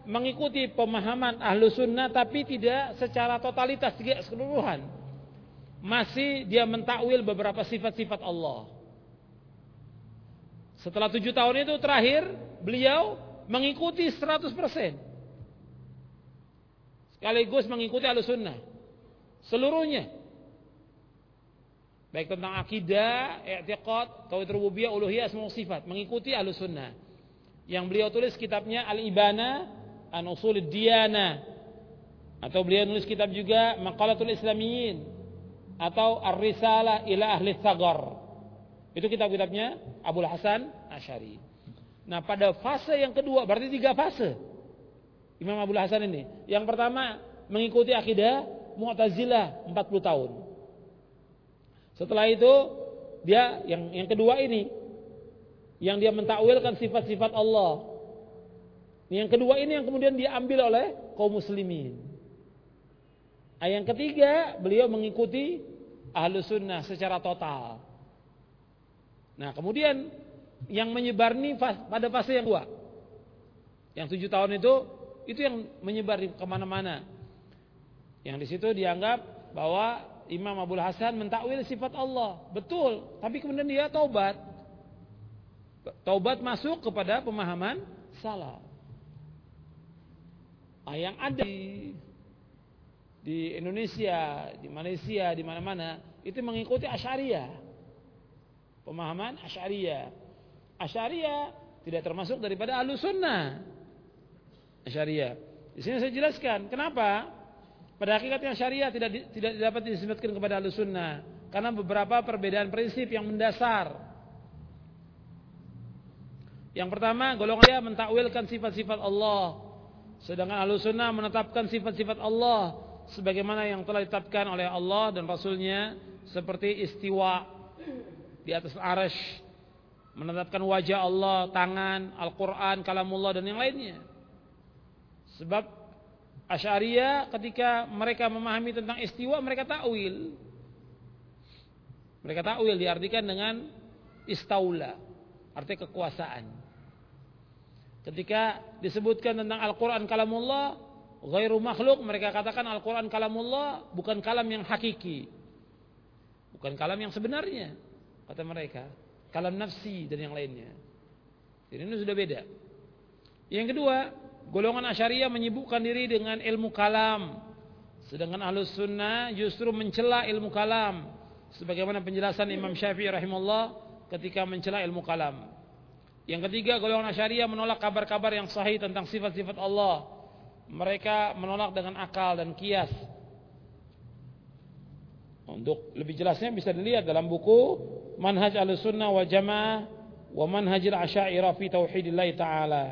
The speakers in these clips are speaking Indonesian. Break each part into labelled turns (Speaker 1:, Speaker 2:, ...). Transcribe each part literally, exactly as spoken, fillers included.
Speaker 1: mengikuti pemahaman ahlu sunnah tapi tidak secara totalitas, tidak keseluruhan. Masih dia mentakwil beberapa sifat-sifat Allah. Setelah tujuh tahun itu terakhir beliau mengikuti seratus persen. Sekaligus mengikuti ahlu sunnah seluruhnya. Baik tentang akidah, i'tiqad, tauhid rububiyah, uluhiyah, asma wa sifat, mengikuti ahlu sunnah. Yang beliau tulis kitabnya Al-Ibana an Ushulid Diyanah, atau beliau nulis kitab juga Maqalatul Islamiyyin atau Ar-Risalah ila Ahli Tsaghar. Itu kitab-kitabnya Abul Hasan Asy'ari. Nah, pada fase yang kedua, berarti tiga fase Imam Abul Hasan ini. Yang pertama mengikuti akidah Mu'tazilah empat puluh tahun. Setelah itu dia yang yang kedua ini yang dia mentakwilkan sifat-sifat Allah. Yang kedua ini yang kemudian diambil oleh kaum muslimin. Nah, yang ketiga beliau mengikuti ahlu sunnah secara total. Nah, kemudian yang menyebar ini pada fase yang kedua. Yang tujuh tahun itu itu yang menyebar kemana-mana. Yang di situ dianggap bahwa Imam Abul Hasan mentakwil sifat Allah, betul, tapi kemudian dia taubat. Taubat masuk kepada pemahaman salaf. Ah, yang ada di, di Indonesia, di Malaysia, di mana-mana itu mengikuti Asy'ariyah. Pemahaman Asy'ariyah. Asy'ariyah tidak termasuk daripada Ahlus Sunnah. Asy'ariyah. Di sini saya jelaskan kenapa pada hakikatnya Syariah tidak di, tidak dapat disebutkan kepada Ahlus Sunnah karena beberapa perbedaan prinsip yang mendasar. Yang pertama, golongan dia mentakwilkan sifat-sifat Allah, sedangkan Ahlus Sunnah menetapkan sifat-sifat Allah sebagaimana yang telah ditetapkan oleh Allah dan Rasulnya, seperti istiwa di atas arsy, menetapkan wajah Allah, tangan, Al-Quran, kalamullah dan yang lainnya. Sebab Asy'ariyah ketika mereka memahami tentang istiwa, mereka takwil. Mereka takwil diartikan dengan istaula, artinya kekuasaan. Ketika disebutkan tentang Al-Quran kalamullah, ghairu makhluk, mereka katakan Al-Quran kalamullah bukan kalam yang hakiki, bukan kalam yang sebenarnya, kata mereka, kalam nafsi dan yang lainnya. Jadi ini sudah beda. Yang kedua, golongan Asy'ariyah menyibukkan diri dengan ilmu kalam, sedangkan Ahlus Sunnah justru mencela ilmu kalam, sebagaimana penjelasan Imam Syafi'i rahimahullah ketika mencela ilmu kalam. Yang ketiga, golongan Asy'ariyah menolak kabar-kabar yang sahih tentang sifat-sifat Allah. Mereka menolak dengan akal dan qiyas. Untuk lebih jelasnya bisa dilihat dalam buku Manhaj Ahlus Sunnah wal Jamaah wa Manhajil Asy'ariyah fi Tauhidillah Ta'ala.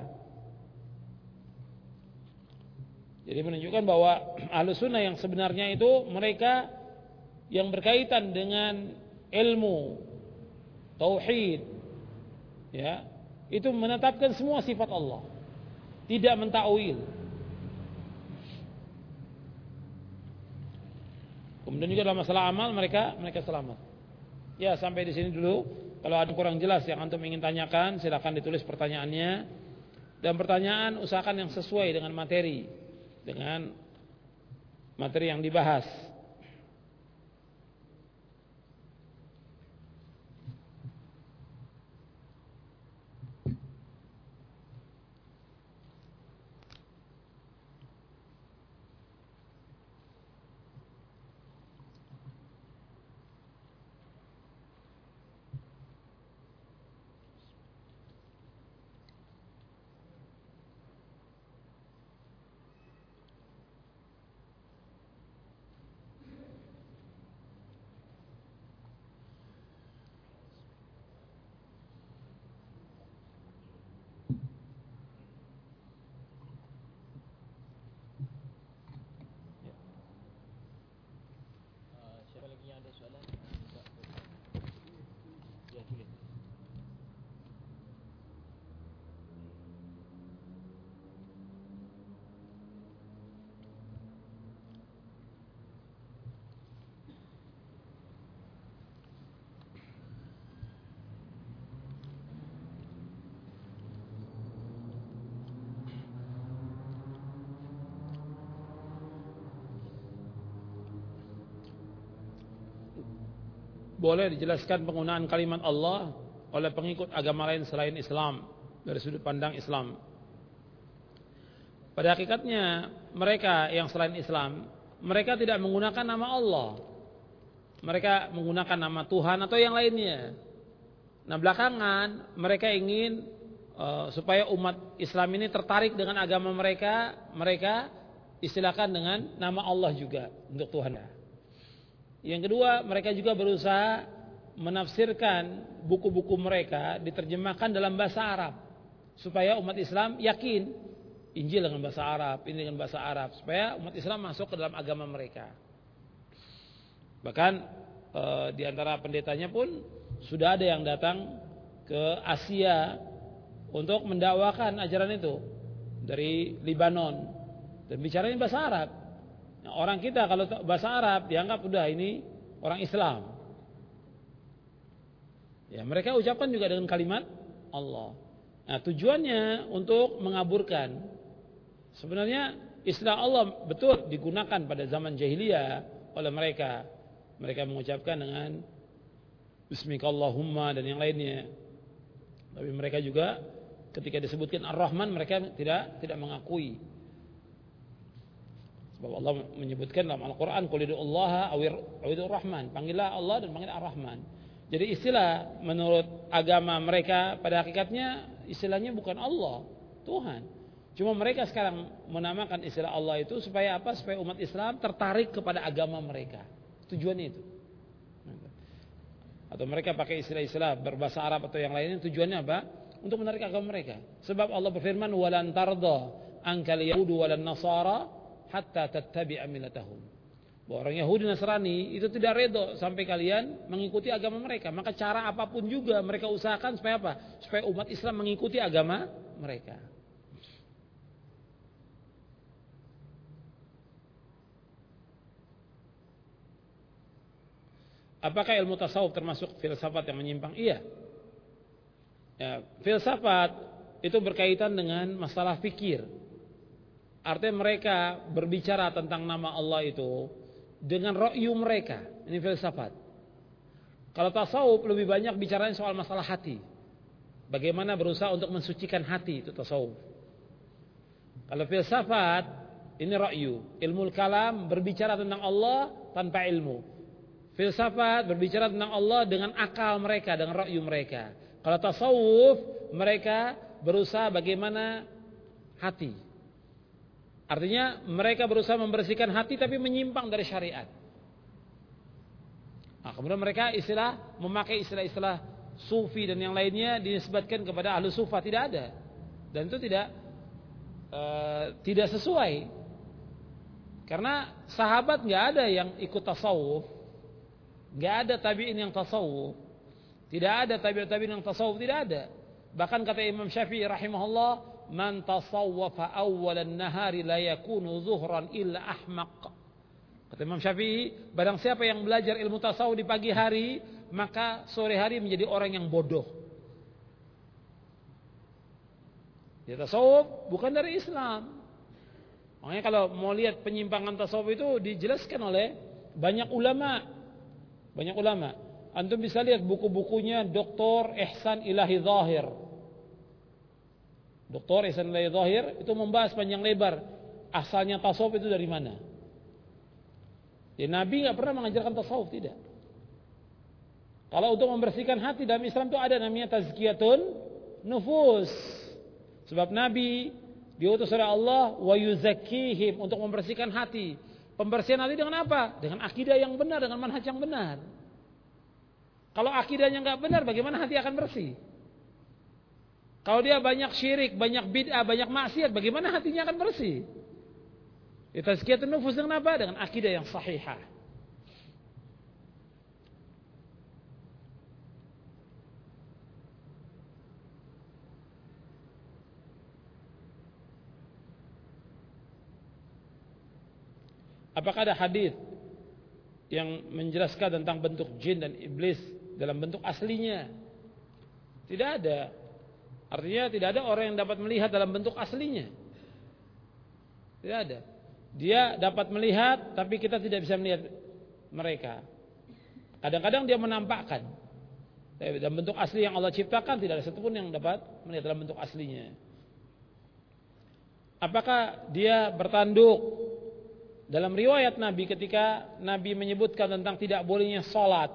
Speaker 1: Jadi menunjukkan bahwa Ahlus Sunnah yang sebenarnya itu mereka yang berkaitan dengan ilmu tauhid, ya, itu menetapkan semua sifat Allah, tidak mentakwil. Kemudian juga dalam masalah amal mereka mereka selamat. Ya, sampai di sini dulu. Kalau ada kurang jelas yang antum ingin tanyakan, silakan ditulis pertanyaannya. Dan pertanyaan usahakan yang sesuai dengan materi, dengan materi yang dibahas. boleh dijelaskan penggunaan kalimat Allah oleh pengikut agama lain selain Islam dari sudut pandang Islam. Pada hakikatnya mereka yang selain Islam, mereka tidak menggunakan nama Allah. Mereka menggunakan nama Tuhan atau yang lainnya. Nah, belakangan mereka ingin uh, supaya umat Islam ini tertarik dengan agama mereka, mereka istilahkan dengan nama Allah juga untuk Tuhan. Yang kedua, mereka juga berusaha menafsirkan buku-buku mereka diterjemahkan dalam bahasa Arab supaya umat Islam yakin Injil dengan bahasa Arab, ini dengan bahasa Arab, supaya umat Islam masuk ke dalam agama mereka. Bahkan e, di antara pendetanya pun sudah ada yang datang ke Asia untuk mendakwakan ajaran itu dari Libanon dan bicaranya bahasa Arab. Nah, orang kita kalau bahasa Arab dianggap udah ini orang Islam. Ya, mereka ucapkan juga dengan kalimat Allah. Nah, tujuannya untuk mengaburkan. Sebenarnya istilah Allah betul digunakan pada zaman jahiliyah oleh mereka. Mereka mengucapkan dengan Bismikallahumma dan yang lainnya. Tapi mereka juga ketika disebutkan Ar-Rahman mereka tidak tidak mengakui. Sebab Allah menyebutkan dalam Al-Quran Qul ud'ullaha aw ud'ur Rahman. Panggillah Allah dan panggil Ar-Rahman. Jadi istilah menurut agama mereka pada hakikatnya istilahnya bukan Allah, Tuhan. Cuma mereka sekarang menamakan istilah Allah itu supaya apa? Supaya umat Islam tertarik kepada agama mereka. Tujuannya itu. Atau mereka pakai istilah-istilah berbahasa Arab atau yang lainnya, tujuannya apa? Untuk menarik agama mereka. Sebab Allah berfirman, "Walan tarda ankal yahudu walan nasara hatta tattabi'a millatahum." Bahwa orang Yahudi Nasrani itu tidak redha sampai kalian mengikuti agama mereka. Maka cara apapun juga mereka usahakan supaya apa? Supaya umat Islam mengikuti agama mereka. Apakah ilmu tasawuf termasuk filsafat yang menyimpang? Iya. Ya, filsafat itu berkaitan dengan masalah fikir. Artinya mereka berbicara tentang nama Allah itu dengan ra'yu mereka. Ini filsafat. Kalau tasawuf lebih banyak bicaranya soal masalah hati. Bagaimana berusaha untuk mensucikan hati, itu tasawuf. Kalau filsafat ini ra'yu. Ilmu kalam berbicara tentang Allah tanpa ilmu. Filsafat berbicara tentang Allah dengan akal mereka, dengan ra'yu mereka. Kalau tasawuf mereka berusaha bagaimana hati. Artinya mereka berusaha membersihkan hati tapi menyimpang dari syariat. Nah, kemudian mereka istilah memakai istilah-istilah sufi dan yang lainnya dinisbatkan kepada ahlu sufa, tidak ada. Dan itu tidak uh, tidak sesuai. Karena sahabat nggak ada yang ikut tasawuf, nggak ada tabi'in yang tasawuf, tidak ada tabi'in yang tasawuf, tidak ada. Bahkan kata Imam Syafi'i rahimahullah, man tasawwafa awwalan nahari la yakunu zuhran illa ahmaq. Kata Imam Syafi'i, barang siapa yang belajar ilmu tasawuf di pagi hari, maka sore hari menjadi orang yang bodoh. Ya, tasawuf bukan dari Islam. Makanya kalau mau lihat penyimpangan tasawuf itu dijelaskan oleh banyak ulama. Banyak ulama. Antum bisa lihat buku-bukunya Doktor Ihsan Ilahi Zahir. Doktor Ihsan Ilahi Zahir itu membahas panjang lebar asalnya tasawuf itu dari mana. Ya, Nabi nggak pernah mengajarkan tasawuf, tidak. Kalau untuk membersihkan hati dalam Islam itu ada namanya tazkiyatun nufus. Sebab Nabi diutus oleh Allah wa yuzakkihim untuk membersihkan hati. Pembersihan hati dengan apa? Dengan akidah yang benar, dengan manhaj yang benar. Kalau akidahnya nggak benar, bagaimana hati akan bersih? Kalau dia banyak syirik, banyak bid'ah, banyak maksiat, bagaimana hatinya akan bersih? Tazkiyatun nufus dengan apa? Dengan akidah yang sahihah. Apakah ada hadis yang menjelaskan tentang bentuk jin dan iblis dalam bentuk aslinya? Tidak ada. Artinya tidak ada orang yang dapat melihat dalam bentuk aslinya. Tidak ada. Dia dapat melihat tapi kita tidak bisa melihat mereka. Kadang-kadang dia menampakkan. Dalam bentuk asli yang Allah ciptakan tidak ada satupun yang dapat melihat dalam bentuk aslinya. Apakah dia bertanduk? Dalam riwayat Nabi ketika Nabi menyebutkan tentang tidak bolehnya salat.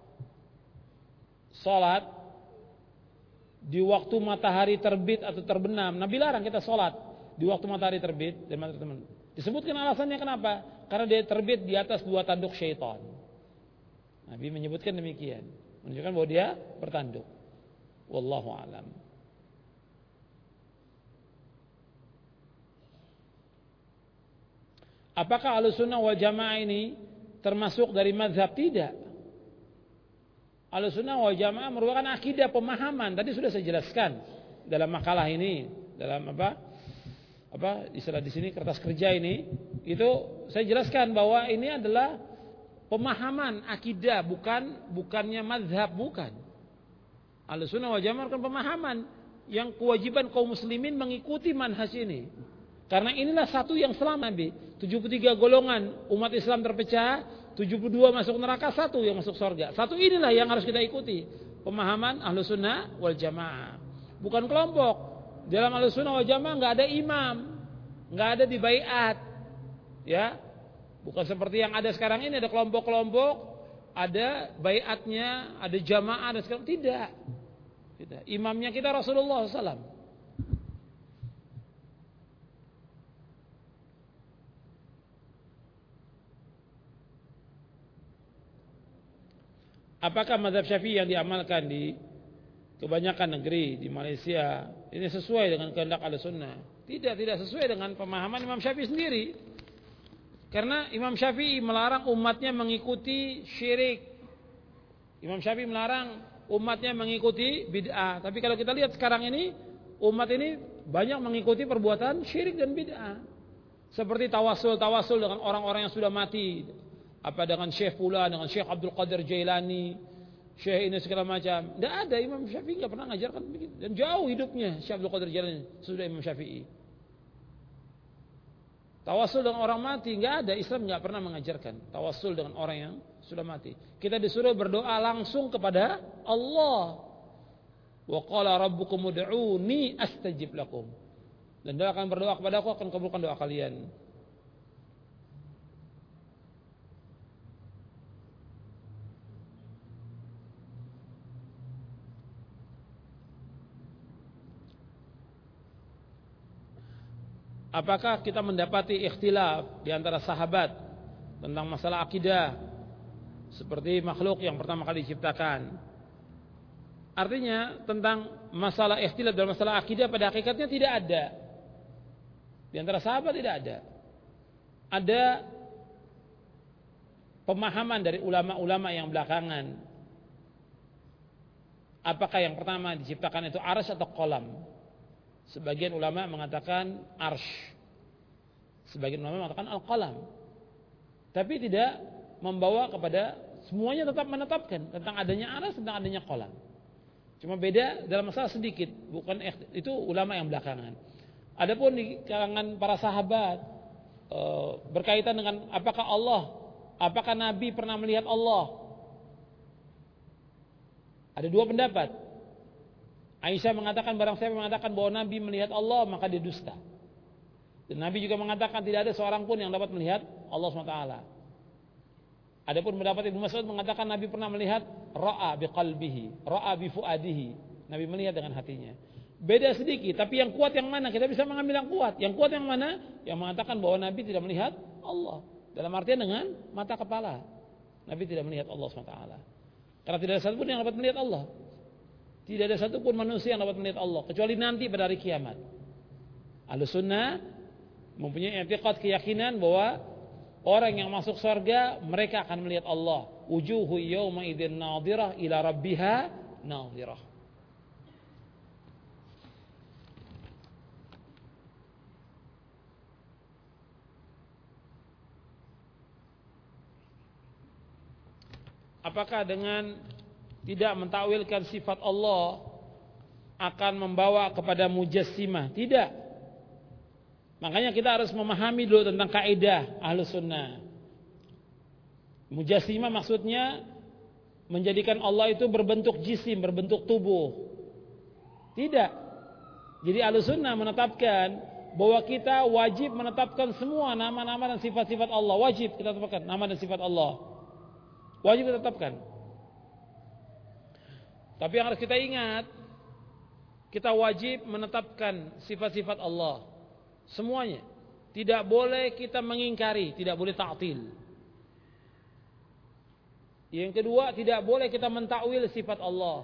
Speaker 1: Salat di waktu matahari terbit atau terbenam. Nabi larang kita salat di waktu matahari terbit dan matahari terbenam. Disebutkan alasannya kenapa? Karena dia terbit di atas dua tanduk syaitan. Nabi menyebutkan demikian, menunjukkan bahwa dia bertanduk. Wallahu a'lam. Apakah Ahlussunnah wal Jamaah ini termasuk dari mazhab? Tidak. Ahlussunnah wal Jamaah merupakan akidah, pemahaman. Tadi sudah saya jelaskan dalam makalah ini, dalam apa? Apa istilah di sini kertas kerja ini, itu saya jelaskan bahwa ini adalah pemahaman akidah, bukan bukannya mazhab, bukan. Ahlussunnah wal Jamaah kan pemahaman yang kewajiban kaum muslimin mengikuti manhaj ini. Karena inilah satu yang selamat, Nabi. tujuh puluh tiga golongan umat Islam terpecah, tujuh puluh dua masuk neraka, satu yang masuk surga. Satu inilah yang harus kita ikuti. Pemahaman Ahlussunnah wal Jamaah. Bukan kelompok. Dalam Ahlussunnah wal Jamaah enggak ada imam, enggak ada di baiat. Ya. Bukan seperti yang ada sekarang ini, ada kelompok-kelompok, ada baiatnya, ada jamaah, ada sekarang tidak. Tidak. Imamnya kita Rasulullah sallallahu alaihi wasallam. Apakah mazhab Syafi'i yang diamalkan di kebanyakan negeri di Malaysia ini sesuai dengan kehendak Ahlussunnah? Tidak, tidak sesuai dengan pemahaman Imam Syafi'i sendiri. Karena Imam Syafi'i melarang umatnya mengikuti syirik. Imam Syafi'i melarang umatnya mengikuti bid'ah. Tapi kalau kita lihat sekarang ini, umat ini banyak mengikuti perbuatan syirik dan bid'ah. Seperti tawasul-tawasul dengan orang-orang yang sudah mati. Apa dengan Syekh Fulan, dengan Syekh Abdul Qadir Jailani, Syekh ini segala macam. Tidak ada, Imam Syafi'i tidak pernah mengajarkan begitu. Dan jauh hidupnya Syekh Abdul Qadir Jailani sudah Imam Syafi'i. Tawasul dengan orang mati tidak ada, Islam tidak pernah mengajarkan tawasul dengan orang yang sudah mati. Kita disuruh berdoa langsung kepada Allah. Wa qala rabbukum ud'uni astajib lakum. Dan dia akan berdoa kepada aku, akan kabulkan doa kalian. Apakah kita mendapati ikhtilaf di antara sahabat tentang masalah akidah seperti makhluk yang pertama kali diciptakan? Artinya tentang masalah ikhtilaf dalam masalah akidah pada hakikatnya tidak ada. Di antara sahabat tidak ada. Ada pemahaman dari ulama-ulama yang belakangan. Apakah yang pertama diciptakan itu arsy atau qalam? Sebagian ulama mengatakan arsy, sebagian ulama mengatakan al-qalam. Tapi tidak membawa kepada semuanya tetap menetapkan tentang adanya arsy, tentang adanya qalam. Cuma beda dalam masalah sedikit, bukan itu ulama yang belakangan. Adapun di kalangan para sahabat e, berkaitan dengan apakah Allah, apakah Nabi pernah melihat Allah? Ada dua pendapat. Aisyah mengatakan barang siapa mengatakan bahwa Nabi melihat Allah maka dia dusta. Dan Nabi juga mengatakan tidak ada seorang pun yang dapat melihat Allah subhanahu wa taala. Adapun pendapat Ibnu Mas'ud mengatakan Nabi pernah melihat ra'a biqalbihi, ra'a bifuadihi. Nabi melihat dengan hatinya. Beda sedikit, tapi yang kuat yang mana? Kita bisa mengambil yang kuat. Yang kuat yang mana? Yang mengatakan bahwa Nabi tidak melihat Allah. Dalam artian dengan mata kepala. Nabi tidak melihat Allah subhanahu wa taala. Karena tidak ada satupun yang dapat melihat Allah. Tidak ada satupun manusia yang dapat melihat Allah kecuali nanti pada hari kiamat. Ahlussunnah mempunyai i'tiqad, keyakinan bahwa orang yang masuk surga mereka akan melihat Allah. Wujuhu yawma idzin nadhirah ila rabbiha nadhirah. Apakah dengan tidak mentakwilkan sifat Allah akan membawa kepada mujassimah? Tidak. Makanya kita harus memahami dulu tentang kaidah Ahlus Sunnah. Mujassimah maksudnya menjadikan Allah itu berbentuk jisim, berbentuk tubuh. Tidak. Jadi Ahlussunnah menetapkan bahwa kita wajib menetapkan semua nama-nama dan sifat-sifat Allah. Wajib kita tetapkan nama dan sifat Allah. Wajib kita tetapkan. Tapi yang harus kita ingat, kita wajib menetapkan sifat-sifat Allah. Semuanya. Tidak boleh kita mengingkari, tidak boleh ta'til. Yang kedua, tidak boleh kita mentakwil sifat Allah.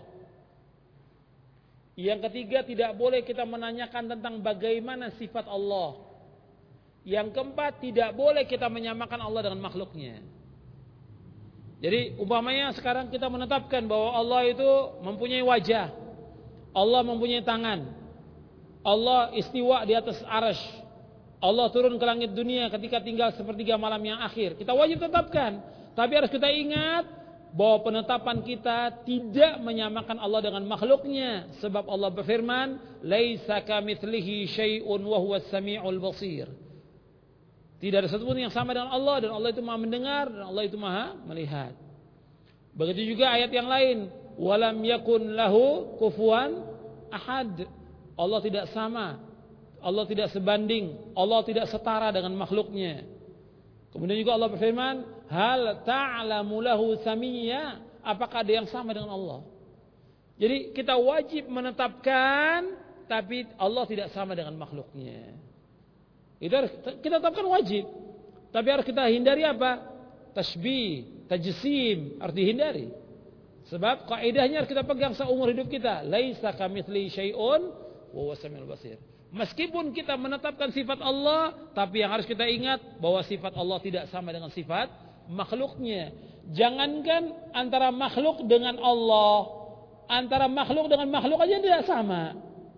Speaker 1: Yang ketiga, tidak boleh kita menanyakan tentang bagaimana sifat Allah. Yang keempat, tidak boleh kita menyamakan Allah dengan makhluknya. Jadi umpamanya sekarang kita menetapkan bahwa Allah itu mempunyai wajah, Allah mempunyai tangan, Allah istiwa di atas arsy, Allah turun ke langit dunia ketika tinggal sepertiga malam yang akhir. Kita wajib tetapkan. Tapi harus kita ingat bahwa penetapan kita tidak menyamakan Allah dengan makhluknya. Sebab Allah berfirman, "Laisa kamitslihi syai'un wa huwas samiul basir." Tidak ada satupun yang sama dengan Allah, dan Allah itu Maha mendengar, dan Allah itu Maha melihat. Begitu juga ayat yang lain, "Walam yakun lahu kufuwan ahad." Allah tidak sama, Allah tidak sebanding, Allah tidak setara dengan makhluknya. Kemudian juga Allah berfirman, "Hal ta'lamu lahu samiyya?" Apakah ada yang sama dengan Allah? Jadi kita wajib menetapkan, tapi Allah tidak sama dengan makhluknya. Itu harus kita tetapkan wajib. Tapi harus kita hindari apa? Tashbih, tajsim, harus dihindari. Sebab kaidahnya harus kita pegang seumur hidup kita. Laisa kamitslihi syai'un wa huwas samiul basir. Meskipun kita menetapkan sifat Allah, tapi yang harus kita ingat bahwa sifat Allah tidak sama dengan sifat makhluknya. Jangankan antara makhluk dengan Allah, antara makhluk dengan makhluk aja tidak sama.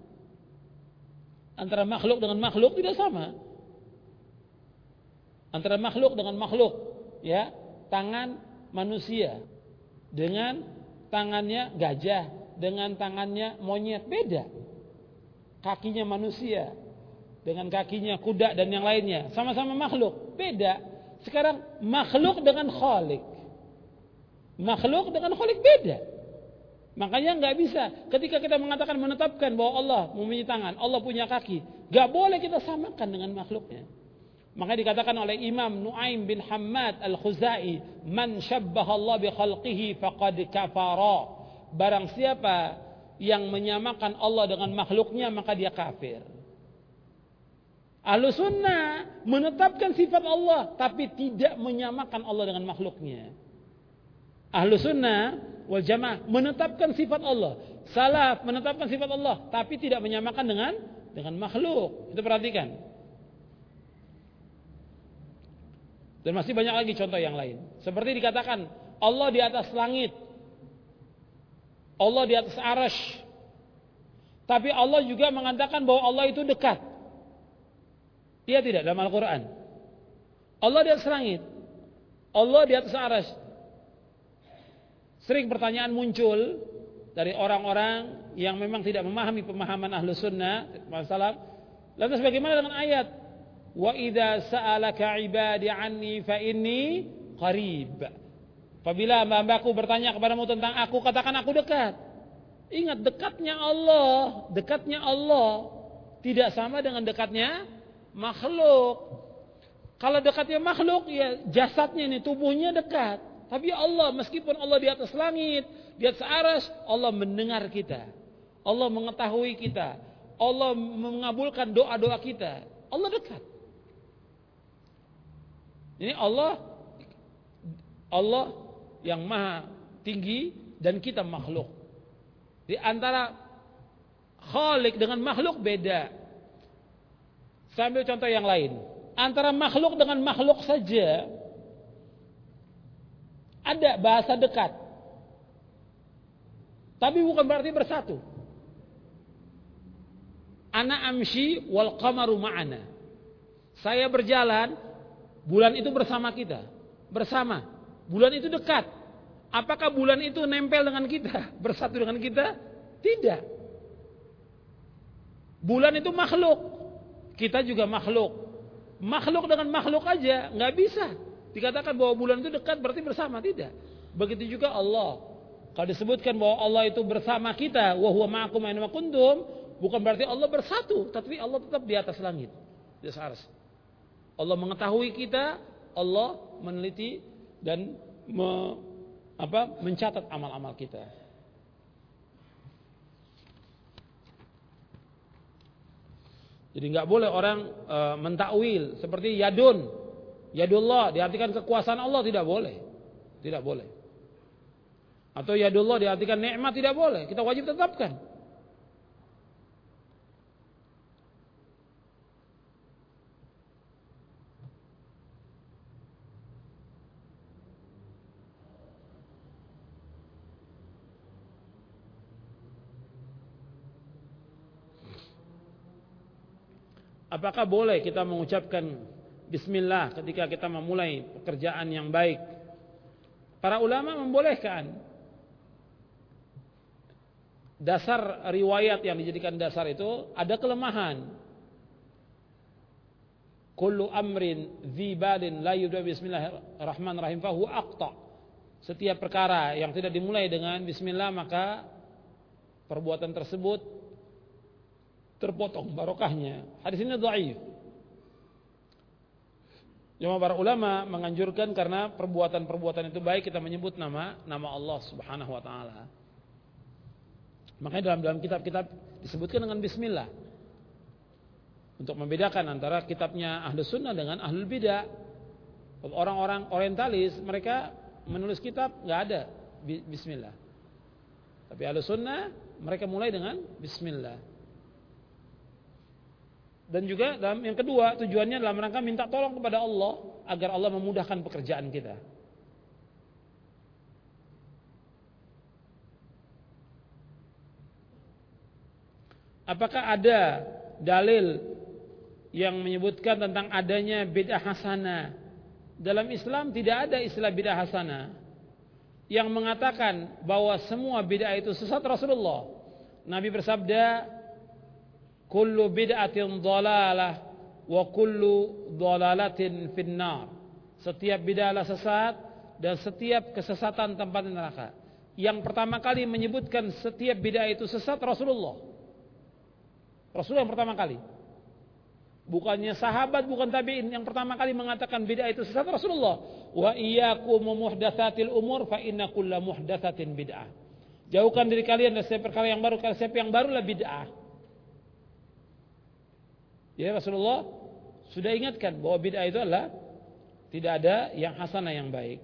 Speaker 1: Antara makhluk dengan makhluk tidak sama. Antara makhluk dengan makhluk, ya, tangan manusia dengan tangannya gajah, dengan tangannya monyet beda. Kakinya manusia dengan kakinya kuda dan yang lainnya, sama-sama makhluk, beda. Sekarang makhluk dengan khalik, makhluk dengan khalik beda. Makanya nggak bisa ketika kita mengatakan menetapkan bahwa Allah mempunyai tangan, Allah punya kaki, nggak boleh kita samakan dengan makhluknya. Makanya dikatakan oleh Imam Nu'aim bin Hammad Al-Khuzai, "Man syabbaha Allah bi khalqihi faqad kafara." Barang siapa yang menyamakan Allah dengan makhluknya, maka dia kafir. Ahlussunnah menetapkan sifat Allah, tapi tidak menyamakan Allah dengan makhluknya. Ahlussunnah wal Jamaah menetapkan sifat Allah. Salaf menetapkan sifat Allah, tapi tidak menyamakan dengan dengan makhluk. Itu perhatikan. Dan masih banyak lagi contoh yang lain. Seperti dikatakan Allah di atas langit, Allah di atas arsy. Tapi Allah juga mengatakan bahwa Allah itu dekat. Iya tidak dalam Al-Quran? Allah di atas langit, Allah di atas arsy. Sering pertanyaan muncul dari orang-orang yang memang tidak memahami pemahaman Ahlussunnah masalah. Lantas bagaimana dengan ayat? Wa idza sa'alaka 'ibadi 'anni fa inni qarib. Apabila hamba-hambaku bertanya kepadamu tentang aku, katakan aku dekat. Ingat, dekatnya Allah, dekatnya Allah tidak sama dengan dekatnya makhluk. Kalau dekatnya makhluk, ya jasadnya ini, tubuhnya dekat. Tapi Allah, meskipun Allah di atas langit, di atas arsy, Allah mendengar kita, Allah mengetahui kita, Allah mengabulkan doa-doa kita. Allah dekat. Ini Allah, Allah yang maha tinggi dan kita makhluk. Di antara khalik dengan makhluk beda. Saya ambil contoh yang lain. Antara makhluk dengan makhluk saja ada bahasa dekat, tapi bukan berarti bersatu. Ana amshi wal qamaru ma'ana. Saya berjalan, bulan itu bersama kita, bersama. Bulan itu dekat. Apakah bulan itu nempel dengan kita, bersatu dengan kita? Tidak. Bulan itu makhluk, kita juga makhluk. Makhluk dengan makhluk aja nggak bisa dikatakan bahwa bulan itu dekat berarti bersama, tidak. Begitu juga Allah. Kalau disebutkan bahwa Allah itu bersama kita, wa huwa ma'akum aina ma kuntum, bukan berarti Allah bersatu, tapi Allah tetap di atas langit, di atas arsy. Allah mengetahui kita, Allah meneliti dan me, apa, mencatat amal-amal kita. Jadi nggak boleh orang e, mentakwil seperti yadun, yadullah diartikan kekuasaan Allah, tidak boleh, tidak boleh. Atau yadullah diartikan nikmat, tidak boleh. Kita wajib tetapkan. Apakah boleh kita mengucapkan bismillah ketika kita memulai pekerjaan yang baik? Para ulama membolehkan. Dasar riwayat yang dijadikan dasar itu ada kelemahan. Kullu amrin dzi balin la yubda bismillahirrahmanirrahim fahu aqta. Setiap perkara yang tidak dimulai dengan bismillah maka perbuatan tersebut terpotong barokahnya. Hadis ini dhaif. Cuma para ulama menganjurkan karena perbuatan-perbuatan itu baik kita menyebut nama nama Allah Subhanahu wa taala. Makanya dalam dalam kitab-kitab disebutkan dengan bismillah. Untuk membedakan antara kitabnya Ahlus Sunnah dengan Ahlul Bidah. Orang-orang orientalis mereka menulis kitab enggak ada bismillah. Tapi Ahlus Sunnah mereka mulai dengan bismillah. Dan juga dalam yang kedua tujuannya dalam rangka minta tolong kepada Allah agar Allah memudahkan pekerjaan kita. Apakah ada dalil yang menyebutkan tentang adanya bid'ah hasanah? Dalam Islam tidak ada istilah bid'ah hasanah yang mengatakan bahwa semua bid'ah itu sesat. Rasulullah Nabi bersabda, kullu bid'atin dhalalah wa kullu dhalalatin finnar. Setiap bid'ah sesat dan setiap kesesatan tempat neraka. Yang pertama kali menyebutkan setiap bid'ah itu sesat Rasulullah. Rasulullah yang pertama kali. Bukannya sahabat, bukan tabi'in. Yang pertama kali mengatakan bid'ah itu sesat Rasulullah. Wa iyyakum muhdatsatil umur fa inna kulla muhdatsatin bid'ah. Jauhkan diri kalian dari setiap perkara yang baru, karena setiap yang barulah bid'ah. Ya, Rasulullah sudah ingatkan bahwa bid'ah itu adalah tidak ada yang hasanah yang baik.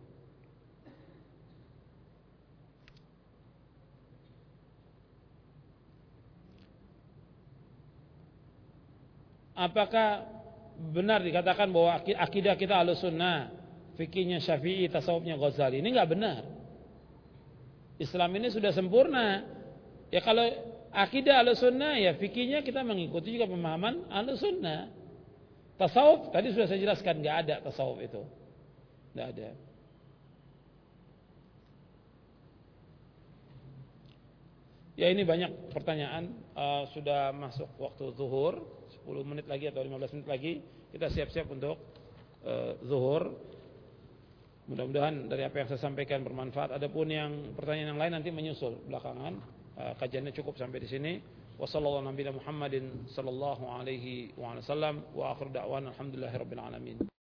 Speaker 1: Apakah benar dikatakan bahwa akidah kita Ahlus Sunnah, fikihnya Syafi'i, tasawufnya Ghazali? Ini enggak benar. Islam ini sudah sempurna. Ya kalau akidah Ahlus Sunnah ya fikihnya kita mengikuti juga pemahaman Ahlus Sunnah. Tasawuf tadi sudah saya jelaskan enggak ada tasawuf itu. Enggak ada. Ya ini banyak pertanyaan. uh, Sudah masuk waktu zuhur, sepuluh menit lagi atau lima belas menit lagi kita siap-siap untuk uh, zuhur. Mudah-mudahan dari apa yang saya sampaikan bermanfaat. Adapun yang pertanyaan yang lain nanti menyusul belakangan. uh, Kajiannya cukup sampai di sini. Wassallallahu nabiyana Muhammadin sallallahu alaihi wa sallam wa akhir da'wana alhamdulillahirabbil alamin.